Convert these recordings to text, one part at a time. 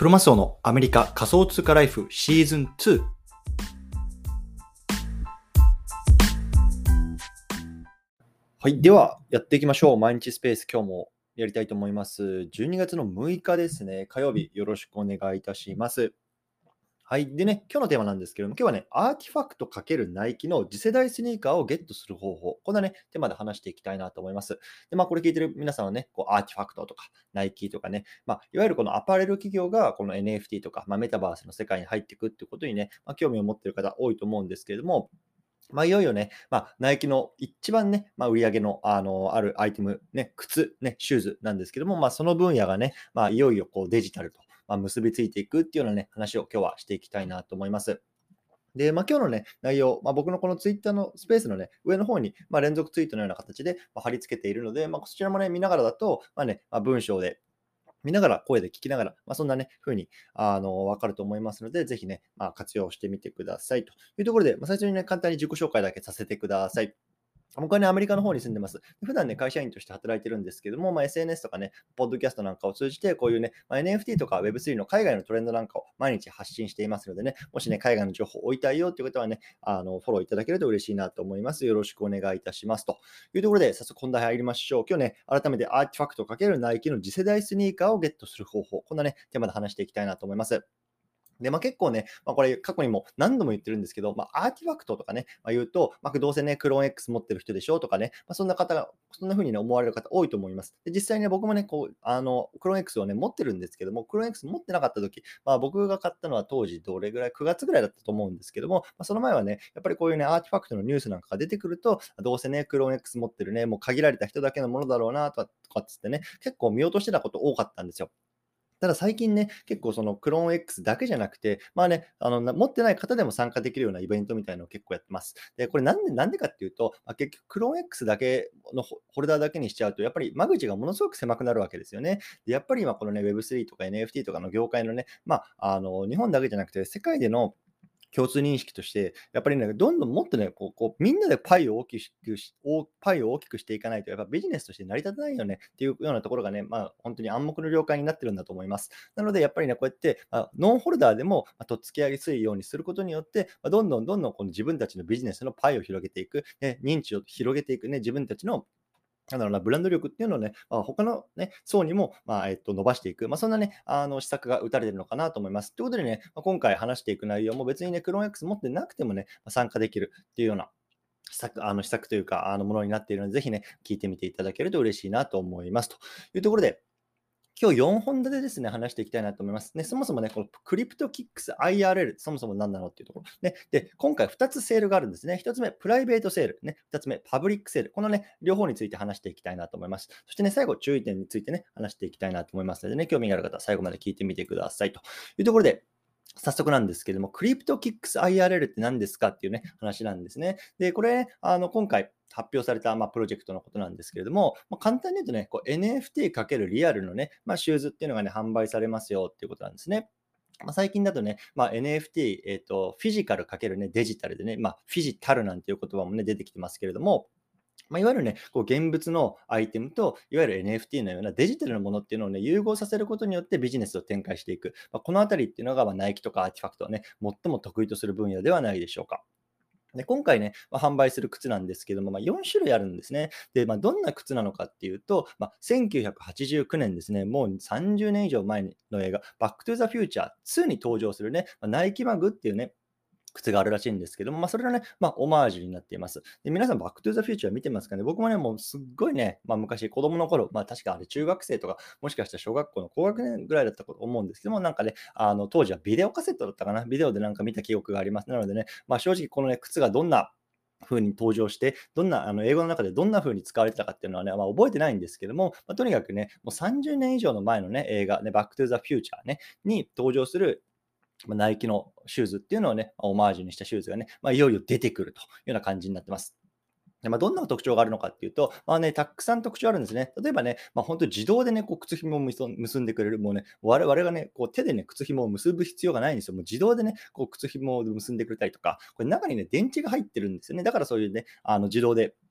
クロマスオのアメリカ仮想通貨ライフシーズン2。はい。では、やっていきましょう。毎日スペース、今日もやりたいと思います。12月の6日ですね。火曜日、よろしくお願いいたします。はい。でね、今日のテーマなんですけども、今日はね、アーティファクト×ナイキの次世代スニーカーをゲットする方法。こんなね、テーマで話していきたいなと思います。で、これ聞いてる皆さんはね、アーティファクトとか、ナイキとかね、いわゆるこのアパレル企業がこの NFT とか、メタバースの世界に入っていくっていうことにね、興味を持っている方多いと思うんですけれども、いよいよね、ナイキの一番ね、売り上げの、あるアイテム、ね、靴、ね、シューズなんですけども、その分野がね、いよいよデジタルと、結びついていくっていうようなね、話を今日はしていきたいなと思います。で、今日のね、内容、僕のこのツイッターのスペースのね、上の方に、連続ツイートのような形で、貼り付けているので、そちらもね、見ながらだと、文章で見ながら、声で聞きながら、そんなね、風に、わかると思いますので、ぜひね、活用してみてくださいというところで、最初にね、簡単に自己紹介だけさせてください。僕はね、アメリカの方に住んでます。普段ね、会社員として働いてるんですけども、SNS とかね、ポッドキャストなんかを通じて、こういうね、NFT とか Web3 の海外のトレンドなんかを毎日発信していますのでね、もしね、海外の情報を追いたいよっていう方はね、フォローいただけると嬉しいなと思います。よろしくお願いいたします。というところで、早速本題入りましょう。今日ね、改めてアーティファクト×ナイキの次世代スニーカーをゲットする方法、こんなね、テーマで話していきたいなと思います。で、結構ね、これ過去にも何度も言ってるんですけど、アーティファクトとかね、言うと、どうせね、クローン X 持ってる人でしょとかね、そんな方が、そんな風にね、思われる方多いと思います。で、実際にね、僕もね、クローン X をね、持ってるんですけども、クローン X 持ってなかった時、僕が買ったのは当時どれぐらい、9月ぐらいだったと思うんですけども、その前はね、やっぱりこういうね、アーティファクトのニュースなんかが出てくると、どうせね、クローン X 持ってるね、もう限られた人だけのものだろうな、とかっつってね、結構見落としてたこと多かったんですよ。ただ最近ね、結構そのクローン X だけじゃなくて、持ってない方でも参加できるようなイベントみたいなのを結構やってます。で、これなんでかっていうと、結局クローン X だけのホルダーだけにしちゃうと、やっぱり間口がものすごく狭くなるわけですよね。で、やっぱり今このね、Web3 とか NFT とかの業界のね、日本だけじゃなくて世界での共通認識として、やっぱりね、どんどんもっとね、みんなでパイを大きくしていかないと、やっぱビジネスとして成り立たないよねっていうようなところがね、本当に暗黙の了解になってるんだと思います。なので、やっぱりね、こうやって、ノンホルダーでも、とっつきやすいようにすることによって、どんどんこの自分たちのビジネスのパイを広げていく、ね、認知を広げていくね、自分たちのブランド力っていうのをね、他のね、層にも、伸ばしていく、そんなね、施策が打たれてるのかなと思います。ということでね、今回話していく内容も別にね、クローン X 持ってなくてもね、参加できるっていうような施策というか、ものになっているので、ぜひね、聞いてみていただけると嬉しいなと思います。というところで、今日4本立てですね、話していきたいなと思います。ね、そもそもね、このクリプトキックス IRL、そもそも何なのっていうところ。ね、で、今回2つセールがあるんですね。1つ目、プライベートセール。ね、2つ目、パブリックセール。このね、両方について話していきたいなと思います。そしてね、最後、注意点についてね、話していきたいなと思いますのでね、興味がある方は最後まで聞いてみてください。というところで、早速なんですけれども、クリプトキックス IRL って何ですかっていうね、話なんですね。で、これ、今回発表された、プロジェクトのことなんですけれども、簡単に言うとね、NFT× リアルのね、シューズっていうのがね、販売されますよっていうことなんですね。最近だとね、NFT、フィジカル×ね、デジタルでね、フィジタルなんていう言葉もね、出てきてますけれども、いわゆるね、現物のアイテムと、いわゆる NFT のようなデジタルなものっていうのをね、融合させることによってビジネスを展開していく。このあたりっていうのが、ナイキとかアーティファクトをね、最も得意とする分野ではないでしょうか。で、今回ね、販売する靴なんですけども、4種類あるんですね。で、どんな靴なのかっていうと、1989年ですね、もう30年以上前の映画、バックトゥザフューチャー2に登場するね、ナイキマグっていうね、靴があるらしいんですけども、それのね、オマージュになっています。で、皆さん、バックトゥザフューチャー見てますかね？僕もね、もうすっごいね、昔、子供の頃、確かあれ中学生とか、もしかしたら小学校の高学年ぐらいだったと思うんですけども、なんかね、当時はビデオカセットだったかな？ビデオでなんか見た記憶があります。なのでね、正直このね、靴がどんな風に登場して、どんな英語の中でどんな風に使われてたかっていうのはね、覚えてないんですけども、とにかくね、もう30年以上の前のね、映画ね、バックトゥザフューチャーね、に登場するナイキのシューズっていうのをね、オマージュにしたシューズがね、いよいよ出てくるというような感じになってます。で、どんな特徴があるのかっていうと、たくさん特徴あるんですね。例えばね、本当に自動でね、靴紐を結んでくれる、もうね、我々がね、手でね、靴紐を結ぶ必要がないんですよ。もう自動でね、靴紐を結んでくれたりとか、これ中にね、電池が入ってるんですよね。だからそういうね、自動で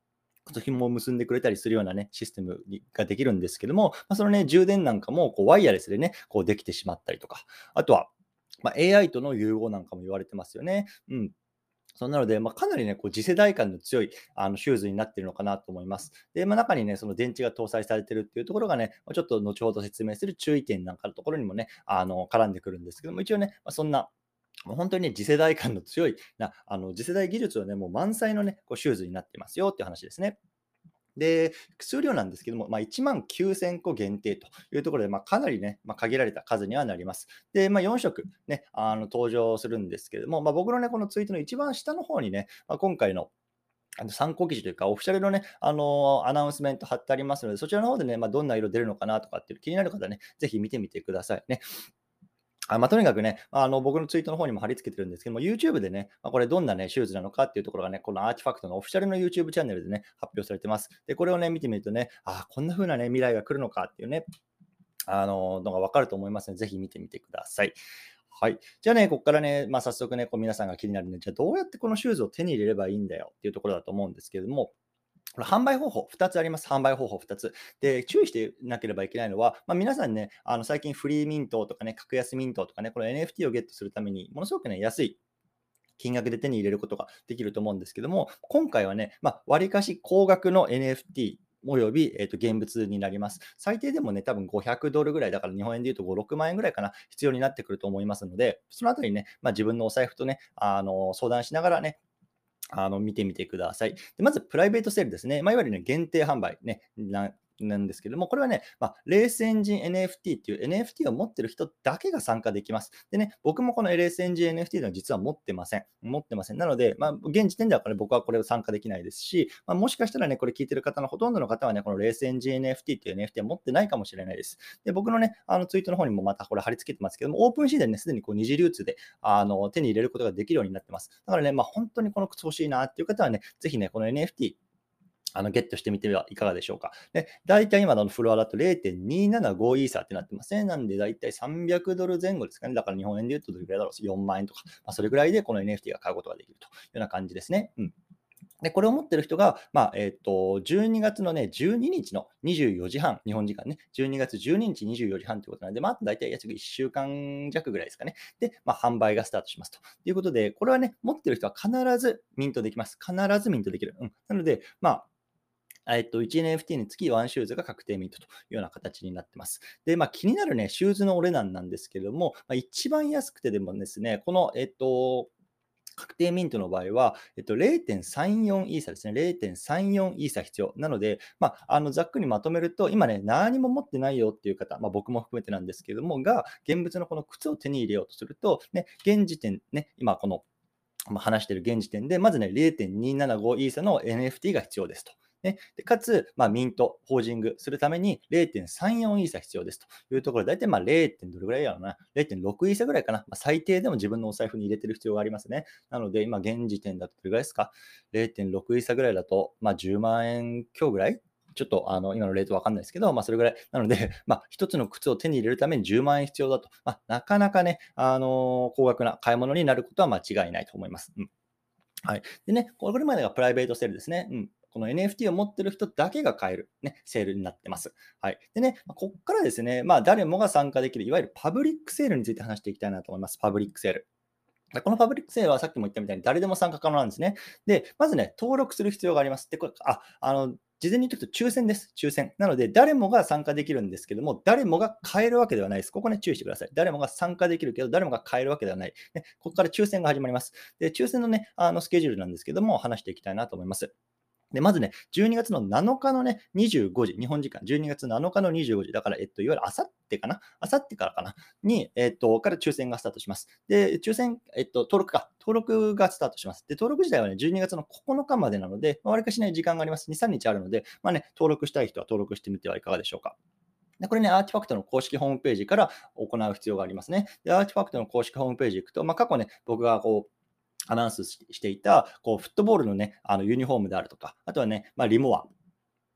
紐を結んでくれたりするようなね、システムができるんですけども、そのね、充電なんかもワイヤレスでね、できてしまったりとか、あとは、AI との融合なんかも言われてますよね。うん。そうなので、かなりね、次世代感の強いシューズになっているのかなと思います。で、中にね、その電池が搭載されているっていうところがね、ちょっと後ほど説明する注意点なんかのところにもね、絡んでくるんですけども、一応ね、そんなもう本当にね、次世代感の強い次世代技術をね、もう満載のね、シューズになってますよっていう話ですね。で、数量なんですけども、1万9000個限定というところで、かなりね、限られた数にはなります。で、4色ね、登場するんですけれども、僕のね、このツイートの一番下の方にね、今回の参考記事というか、オフィシャルのね、アナウンスメント貼ってありますので、そちらの方でね、どんな色出るのかなとかっていう気になる方はね、ぜひ見てみてくださいね。とにかくね、僕のツイートの方にも貼り付けてるんですけども、YouTube でね、これどんなね、シューズなのかっていうところがね、このアーティファクトのオフィシャルの YouTube チャンネルでね、発表されてます。で、これをね、見てみるとね、こんな風なね、未来が来るのかっていうね、のがわかると思いますので、ぜひ見てみてください。はい。じゃあね、ここからね、早速ね、皆さんが気になるね、じゃあどうやってこのシューズを手に入れればいいんだよっていうところだと思うんですけれども、これ販売方法2つあります。販売方法2つ。で、注意してなければいけないのは、皆さんね、最近フリーミントとかね、格安ミントとかね、この NFT をゲットするために、ものすごくね、安い金額で手に入れることができると思うんですけども、今回はね、わりかし高額の NFT および、現物になります。最低でもね、多分500ドルぐらい、だから日本円で言うと5、6万円ぐらいかな、必要になってくると思いますので、そのあたりね、自分のお財布とね、相談しながらね、見てみてください。でまず、プライベートセールですね。いわゆるね、限定販売ね、なんですけども、これはね、レースエンジン NFT っていう NFT を持ってる人だけが参加できます。でね、僕もこのレースエンジン NFT のは実は持ってません。持ってません。なので、現時点では僕はこれを参加できないですし、もしかしたらね、これ聞いてる方のほとんどの方はね、このレースエンジン NFT っていう NFT は持ってないかもしれないです。で、僕のね、ツイートの方にもまたこれ貼り付けてますけども、オープンシーでね、すでに二次流通で手に入れることができるようになってます。だからね、本当にこの靴欲しいなっていう方はね、ぜひね、この NFT、ゲットしてみてはいかがでしょうか。で、大体今のフロアだと0.275イーサーってなってますね。なんで、大体300ドル前後ですかね。だから日本円で言うとどれくらいだろう。4万円とか。それぐらいでこの NFT が買うことができるというような感じですね。うん。で、これを持ってる人が、12月のね、12日の24時半、日本時間ね、12月12日24時半ということなので、あと大体約1週間弱ぐらいですかね。で、販売がスタートしますということで、これはね、持ってる人は必ずミントできます。必ずミントできる。うん。なので、1NFT につき1シューズが確定ミントというような形になってます。で、気になるね、シューズのお値段なんですけれども、一番安くてでもですね、この、確定ミントの場合は、0.34イーサですね。0.34イーサ必要。なので、ざっくりまとめると、今ね、何も持ってないよっていう方、僕も含めてなんですけれども、が、現物のこの靴を手に入れようとすると、ね、現時点、ね、今この話している現時点で、まずね、0.275イーサの NFT が必要ですと。ね、でかつ、ミント、ホージングするために0.34イーサ必要ですというところで、大体0. どれぐらいやろうな、0.6イーサぐらいかな、最低でも自分のお財布に入れてる必要がありますね。なので、今現時点だとどれぐらいですか？ 0.6 イーサぐらいだと、10万円強ぐらいちょっと今のレートわかんないですけど、それぐらい。なので、一つの靴を手に入れるために10万円必要だと。なかなかね、高額な買い物になることは間違いないと思います。うん。はい。でね、これまでがプライベートセールですね。うん。この NFT を持ってる人だけが買える、ね、セールになってます。はい。でね、こっからですね、誰もが参加できる、いわゆるパブリックセールについて話していきたいなと思います。パブリックセール。このパブリックセールはさっきも言ったみたいに誰でも参加可能なんですね。で、まずね、登録する必要があります。で、これ、事前に言っておくと抽選です。抽選。なので、誰もが参加できるんですけども、誰もが買えるわけではないです。ここね、注意してください。誰もが参加できるけど、誰もが買えるわけではない。ね、ここから抽選が始まります。で、抽選のね、スケジュールなんですけども、話していきたいなと思います。で、まずね、12月の7日のね、25時、日本時間、12月7日の25時、だから、いわゆるあさってかな、あさってからかな、に、から抽選がスタートします。で、抽選、登録がスタートします。で、登録自体はね、12月の9日までなので、わりかしね、時間があります。2、3日あるので、登録したい人は登録してみてはいかがでしょうか。で、これね、アーティファクトの公式ホームページから行う必要がありますね。で、アーティファクトの公式ホームページ行くと、過去ね、僕がアナウンスしていた、フットボールのね、ユニフォームであるとか、あとはね、リモア。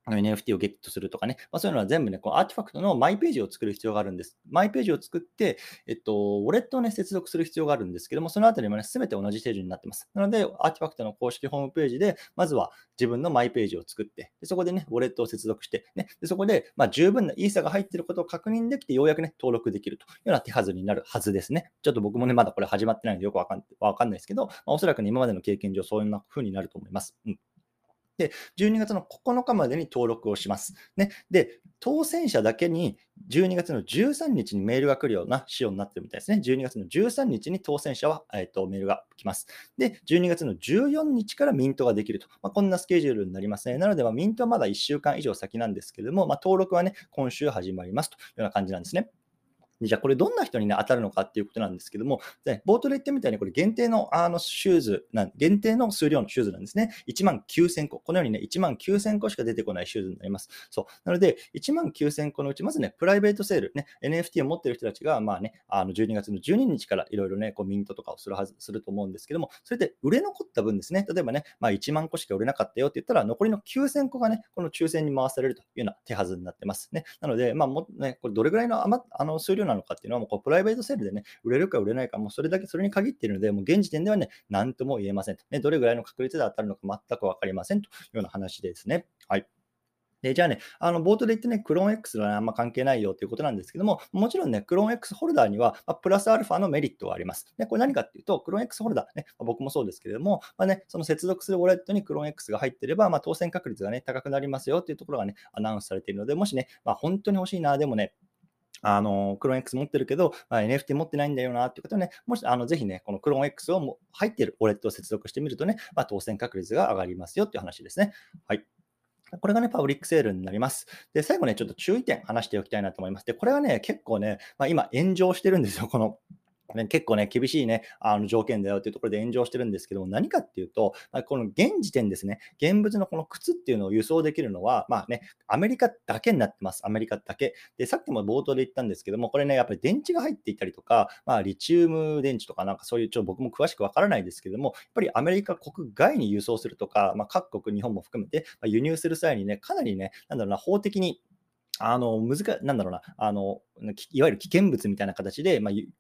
NFT をゲットするとかね、そういうのは全部ね、こうアーティファクトのマイページを作る必要があるんです。マイページを作って、ウォレットをね、接続する必要があるんですけども、そのあたりもね、すべて同じ手順になってます。なので、アーティファクトの公式ホームページで、まずは自分のマイページを作って、でそこでね、ウォレットを接続して、ね、でそこで、十分なイーサが入っていることを確認できて、ようやくね、登録できるというような手はずになるはずですね。ちょっと僕もね、まだこれ始まってないのでよくわかんないですけど、おそらくね、今までの経験上、そういう風になると思います。で、12月の9日までに登録をします。ね。で、当選者だけに12月の13日にメールが来るような仕様になってるみたいですね。12月の13日に当選者は、メールが来ます。で、12月の14日からミントができると。こんなスケジュールになりますね。なので、ミントはまだ1週間以上先なんですけれども、登録はね、今週始まりますというような感じなんですね。じゃあこれどんな人にね、当たるのかっていうことなんですけども、で冒頭で言ったみたいにこれ限定のシューズ限定の数量のシューズなんですね。1万9000個。このようにね、1万9000個しか出てこないシューズになります。そう。なので、1万9000個のうち、まずね、プライベートセール、ね、NFT を持っている人たちが、12月の12日からいろいろね、こうミントとかをすると思うんですけども、それで売れ残った分ですね、例えばね、1万個しか売れなかったよって言ったら、残りの9000個がね、この抽選に回されるというような手はずになってます。ね。なので、これどれぐらいの数量なのかっていうのは、もうこうプライベートセールでね、売れるか売れないか、もうそれだけそれに限っているので、もう現時点ではね、何とも言えませんと。ね、どれぐらいの確率で当たるのか全く分かりませんというような話ですね。はい。じゃあね、冒頭で言ってね、クローン X は、あんま関係ないよということなんですけども、もちろんね、クローン X ホルダーには、プラスアルファのメリットがあります。で、これ何かっていうと、クローン X ホルダー、ね、僕もそうですけれども、その接続するウォレットにクローン X が入っていれば、当選確率がね、高くなりますよっていうところがね、アナウンスされているので、もしね、本当に欲しいな、でもね、クローン X 持ってるけど、NFT 持ってないんだよなっていう方はね、もし、ぜひね、このクローン X を入っているウォレットを接続してみるとね、当選確率が上がりますよっていう話ですね。はい。これがね、パブリックセールになります。で、最後ね、ちょっと注意点話しておきたいなと思います。で、これはね、結構ね、今炎上してるんですよ、この結構ね、厳しいね、条件だよっていうところで炎上してるんですけども、何かっていうと、この現時点ですね、現物のこの靴っていうのを輸送できるのは、アメリカだけになってます。アメリカだけ。で、さっきも冒頭で言ったんですけども、これね、やっぱり電池が入っていたりとか、リチウム電池とかなんかそういう、僕も詳しくわからないですけども、やっぱりアメリカ国外に輸送するとか、各国、日本も含めて、輸入する際にね、かなりね、なんだろうな、法的になんだろうな、いわゆる危険物みたいな形で、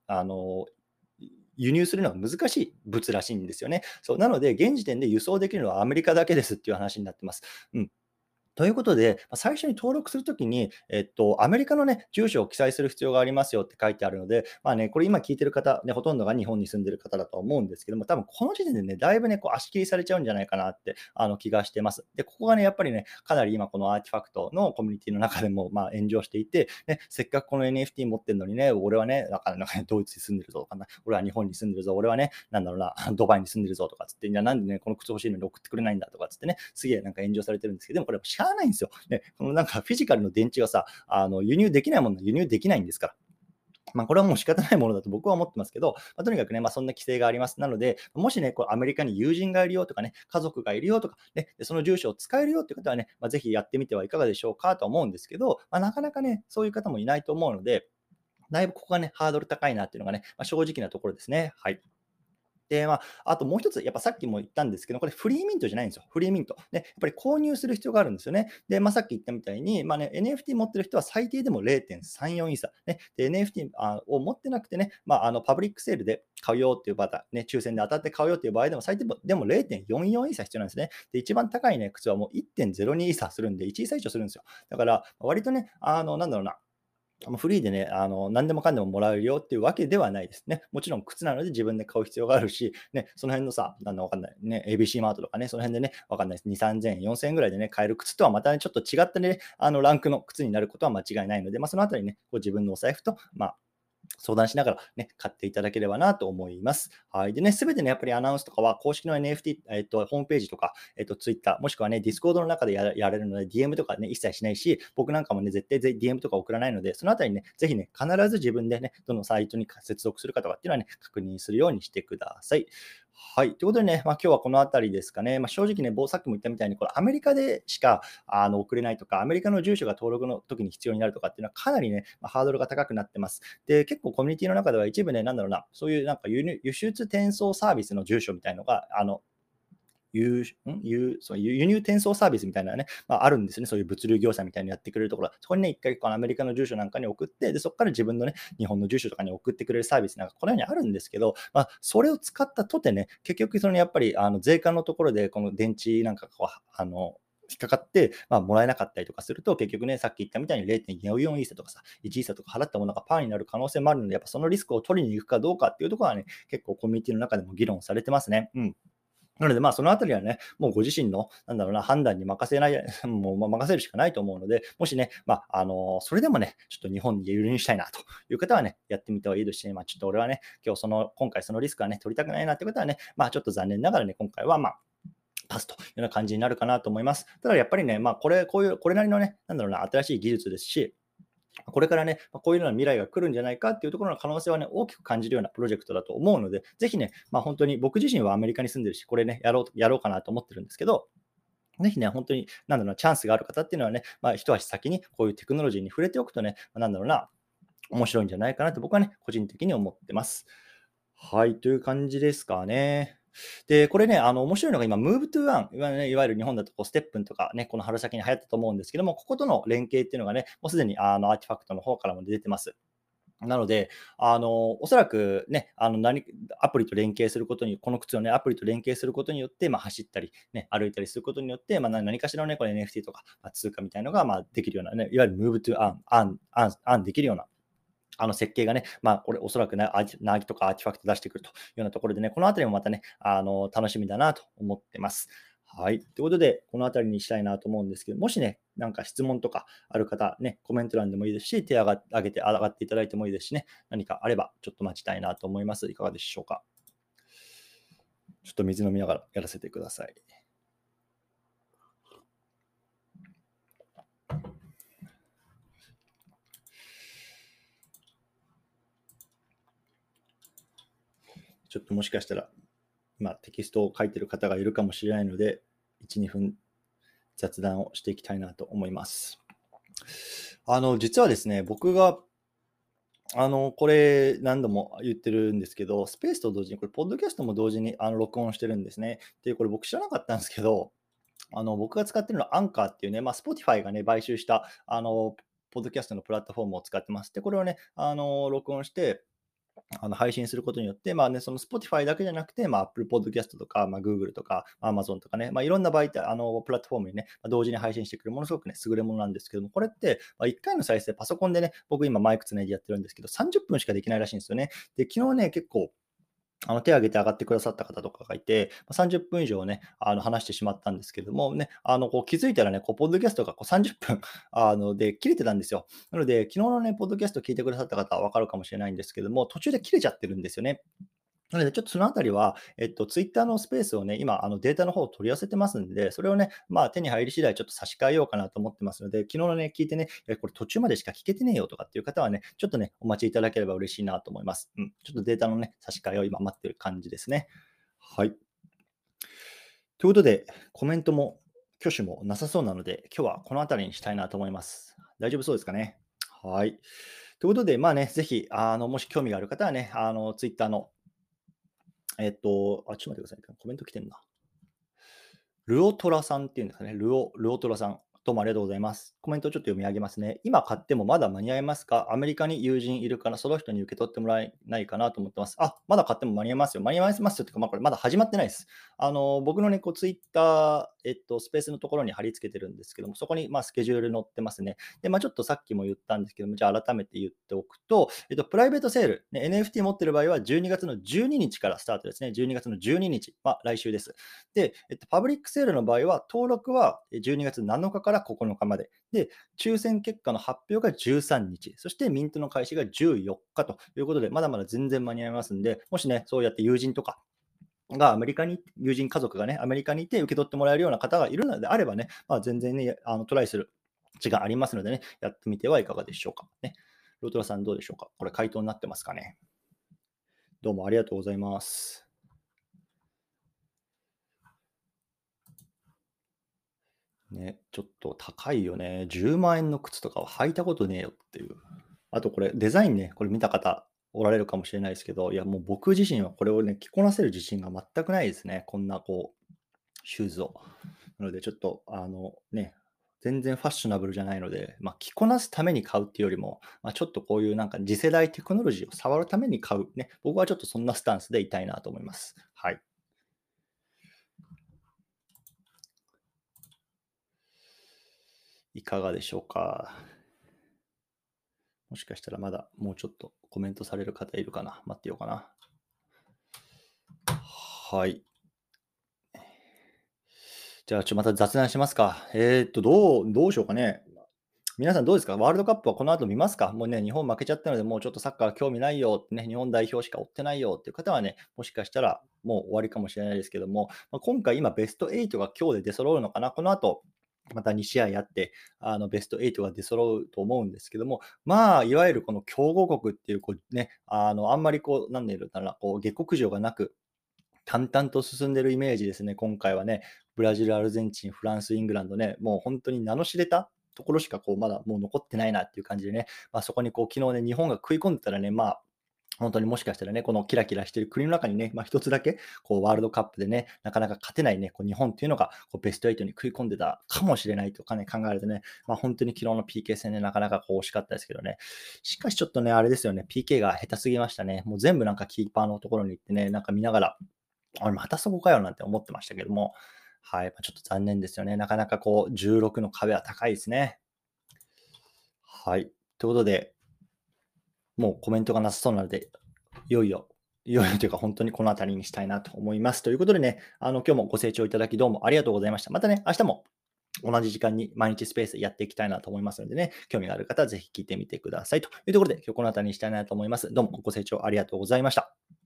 輸入するのが難しい物らしいんですよね。そう、なので、現時点で輸送できるのはアメリカだけですっていう話になってます。うん。ということで、最初に登録するときに、アメリカのね、住所を記載する必要がありますよって書いてあるので、これ今聞いてる方、ね、ほとんどが日本に住んでる方だと思うんですけども、多分この時点でね、だいぶね、こう足切りされちゃうんじゃないかなって、気がしてます。で、ここがね、やっぱりね、かなり今このアーティファクトのコミュニティの中でも、炎上していて、ね、せっかくこの NFT 持ってるのにね、俺はね、なんかね、ドイツに住んでるぞとかな、俺は日本に住んでるぞ、俺はね、なんだろうな、ドバイに住んでるぞとかつって、いや、なんでね、この靴欲しいのに送ってくれないんだとかつってね、すげえなんか炎上されてるんですけど、でもこれしゃあないんですよ。ね、このなんかフィジカルの電池がさ、輸入できないものは輸入できないんですから。これはもう仕方ないものだと僕は思ってますけど、とにかくね、そんな規制があります。なので、もしね、こうアメリカに友人がいるよとかね、家族がいるよとか、ね、でその住所を使えるよっていう方はね、ぜひやってみてはいかがでしょうかと思うんですけど、なかなかね、そういう方もいないと思うので、だいぶここがね、ハードル高いなっていうのがね、正直なところですね。はい。で、あともう一つ、やっぱさっきも言ったんですけど、これフリーミントじゃないんですよ。フリーミント。で、やっぱり購入する必要があるんですよね。で、さっき言ったみたいに、NFT 持ってる人は最低でも0.34イーサ。ね、で、NFT を持ってなくてね、パブリックセールで買うよっていう場合、ね、抽選で当たって買うよっていう場合でも、最低でも0.44イーサ必要なんですね。で、一番高いね、靴はもう1.02イーサするんで、1イーサ以上するんですよ。だから、割とね、なんだろうな、フリーでね、何でもかんでももらえるよっていうわけではないですね。もちろん靴なので自分で買う必要があるし、ね、その辺のさ、なんだわかんない。ね、ABC マートとかね、その辺でね、わかんないです。2、3000円、4000円ぐらいでね、買える靴とはまたね、ちょっと違ったね、ランクの靴になることは間違いないので、そのあたりね、こう自分のお財布と、相談しながらね、買っていただければなと思います。はい。でね、すべてね、やっぱりアナウンスとかは公式の NFT、ホームページとか、Twitter、もしくはね、Discord の中でやれるので、DM とかね、一切しないし、僕なんかもね、絶対DM とか送らないので、そのあたりね、ぜひね、必ず自分でね、どのサイトに接続するかとかっていうのはね、確認するようにしてください。はい。ということでね、今日はこのあたりですかね。正直ね、さっきも言ったみたいに、これアメリカでしか送れないとか、アメリカの住所が登録の時に必要になるとかっていうのはかなりね、ハードルが高くなってます。で、結構コミュニティの中では一部ね、なんだろうな、そういうなんか輸出転送サービスの住所みたいのが、 そう輸入転送サービスみたいなね、あるんですね。そういう物流業者みたいにやってくれるところ。そこにね、一回このアメリカの住所なんかに送って、で、そこから自分のね、日本の住所とかに送ってくれるサービスなんかこのようにあるんですけど、それを使ったとてね、結局そのやっぱり税関のところでこの電池なんかこう、引っかかって、もらえなかったりとかすると、結局ね、さっき言ったみたいに0.44イーサとかさ、1イーサとか払ったものがパーになる可能性もあるので、やっぱそのリスクを取りに行くかどうかっていうところはね、結構コミュニティの中でも議論されてますね。うん。なので、そのあたりはね、もうご自身の、判断に任せない、もう、任せるしかないと思うので、もしね、それでもね、ちょっと日本に輸入したいなという方はね、やってみてはいいですしね、ちょっと俺はね、今回そのリスクはね、取りたくないなって方はね、ちょっと残念ながらね、今回はパスというような感じになるかなと思います。ただやっぱりね、これなりのね、新しい技術ですし、これからね、こういうような未来が来るんじゃないかっていうところの可能性はね、大きく感じるようなプロジェクトだと思うので、ぜひね、本当に僕自身はアメリカに住んでるし、これね、やろうかなと思ってるんですけど、ぜひね、本当に、チャンスがある方っていうのはね、一足先にこういうテクノロジーに触れておくとね、面白いんじゃないかなと僕はね、個人的に思ってます。はい、という感じですかね。で、これね、面白いのが今、Move to Earn、いわゆる日本だとこうステップンとかね、この春先に流行ったと思うんですけども、こことの連携っていうのがね、もうすでにアーティファクトの方からも出てます。なので、おそらくね、アプリと連携することに、この靴をね、アプリと連携することによって、走ったり、ね、歩いたりすることによって、何かしらのね、これ NFT とか、通貨みたいなのが、できるようなね、いわゆる Move to Earn できるような設計がね、これおそらくね、ナーギとかアーティファクト出してくるというようなところでね、このあたりもまたね、楽しみだなと思ってます。はい。ということで、このあたりにしたいなと思うんですけど、もしね、なんか質問とかある方、ね、コメント欄でもいいですし、手挙がっていただいてもいいですしね、何かあればちょっと待ちたいなと思います。いかがでしょうか。ちょっと水飲みながらやらせてください。ちょっともしかしたら、テキストを書いてる方がいるかもしれないので、1、2分雑談をしていきたいなと思います。実はですね、僕が、これ何度も言ってるんですけど、スペースと同時に、これ、ポッドキャストも同時に録音してるんですね。で、これ僕知らなかったんですけど、僕が使ってるのはアンカーっていうね、Spotify がね、買収した、ポッドキャストのプラットフォームを使ってます。で、これをね、録音して、配信することによって、その Spotify だけじゃなくて、Apple Podcast とか、Google とか、Amazon とかね、いろんな媒体、プラットフォームにね、同時に配信してくるものすごくね、優れものなんですけども、これって、1回の再生、パソコンでね、僕今マイクつないでやってるんですけど、30分しかできないらしいんですよね。で、昨日ね、結構、手を挙げて上がってくださった方とかがいて、30分以上ね、話してしまったんですけどもね、こう気づいたらね、こう、ポッドキャストがこう30分で切れてたんですよ。なので、昨日のね、ポッドキャスト聞いてくださった方はわかるかもしれないんですけども、途中で切れちゃってるんですよね。なので、ちょっとそのあたりは、ツイッターのスペースをね、今、データの方を取り寄せてますんで、それをね、手に入り次第ちょっと差し替えようかなと思ってますので、昨日のね、聞いてね、これ途中までしか聞けてねえよとかっていう方はね、ちょっとね、お待ちいただければ嬉しいなと思います。うん。ちょっとデータのね、差し替えを今待ってる感じですね。はい。ということで、コメントも挙手もなさそうなので、今日はこのあたりにしたいなと思います。大丈夫そうですかね。はい。ということで、ぜひ、もし興味がある方はね、ツイッターのちょっと待ってください。コメント来てんな。ルオトラさんっていうんですかね。ルオトラさん。どうもありがとうございます。コメントをちょっと読み上げますね。今買ってもまだ間に合いますか？アメリカに友人いるから、その人に受け取ってもらえないかなと思ってます。あ、まだ買っても間に合いますよ。間に合いますよっていうか、これまだ始まってないです。僕のね、こうツイッター、スペースのところに貼り付けてるんですけども、そこにスケジュール載ってますね。で、ちょっとさっきも言ったんですけども、じゃあ改めて言っておくと、プライベートセール、ね、NFT 持ってる場合は12月の12日からスタートですね。12月の12日、来週です。で、パブリックセールの場合は、登録は12月7日から9日まで。で、抽選結果の発表が13日。そしてミントの開始が14日ということで、まだまだ全然間に合いますんで、もしね、そうやって友人とか、友人家族がね、アメリカにいて受け取ってもらえるような方がいるのであればね、全然ね、トライする時間ありますのでね、やってみてはいかがでしょうか。ね。ロトラさんどうでしょうか。これ回答になってますかね。どうもありがとうございます。ね、ちょっと高いよね。10万円の靴とかは履いたことねえよっていう。あとこれ、デザインね、これ見た方おられるかもしれないですけど、いやもう僕自身はこれをね、着こなせる自信が全くないですね。こんなこう、 シューズを。なので、ちょっと、全然ファッショナブルじゃないので、着こなすために買うっていうよりも、ちょっとこういうなんか次世代テクノロジーを触るために買うね、僕はちょっとそんなスタンスでいたいなと思います。はい。いかがでしょうか。もしかしたらまだもうちょっとコメントされる方いるかな。待ってようかな。はい。じゃあ、また雑談しますか。どうしようかね。皆さんどうですか？ワールドカップはこの後見ますか？もうね、日本負けちゃったので、もうちょっとサッカー興味ないよってね、日本代表しか追ってないよっていう方はね、もしかしたらもう終わりかもしれないですけども、今回今ベスト8が今日で出揃うのかな。この後、また2試合あって、ベスト8が出揃うと思うんですけども、いわゆるこの強豪国っていう、こうね、あんまりこう、なんで言うんだろうな、こう下克上がなく、淡々と進んでるイメージですね、今回はね。ブラジル、アルゼンチン、フランス、イングランドね、もう本当に名の知れたところしかこうまだもう残ってないなっていう感じでね、そこにこう昨日ね、日本が食い込んでたらね、本当にもしかしたらね、このキラキラしている国の中にね、一つだけ、こうワールドカップでね、なかなか勝てないね、こう日本っていうのが、こうベスト8に食い込んでたかもしれないとかね、考えるとね、本当に昨日の PK 戦ね、なかなかこう惜しかったですけどね。しかしちょっとね、あれですよね、PK が下手すぎましたね。もう全部なんかキーパーのところに行ってね、なんか見ながら、またそこかよなんて思ってましたけども、はい、ちょっと残念ですよね。なかなかこう16の壁は高いですね。はい。ということで、もうコメントがなさそうなので、いよいよ、いよいよというか、本当にこの辺りにしたいなと思います。ということでね、今日もご清聴いただきどうもありがとうございました。またね、明日も同じ時間に毎日スペースやっていきたいなと思いますのでね、興味がある方はぜひ聞いてみてください。というところで、今日この辺りにしたいなと思います。どうもご清聴ありがとうございました。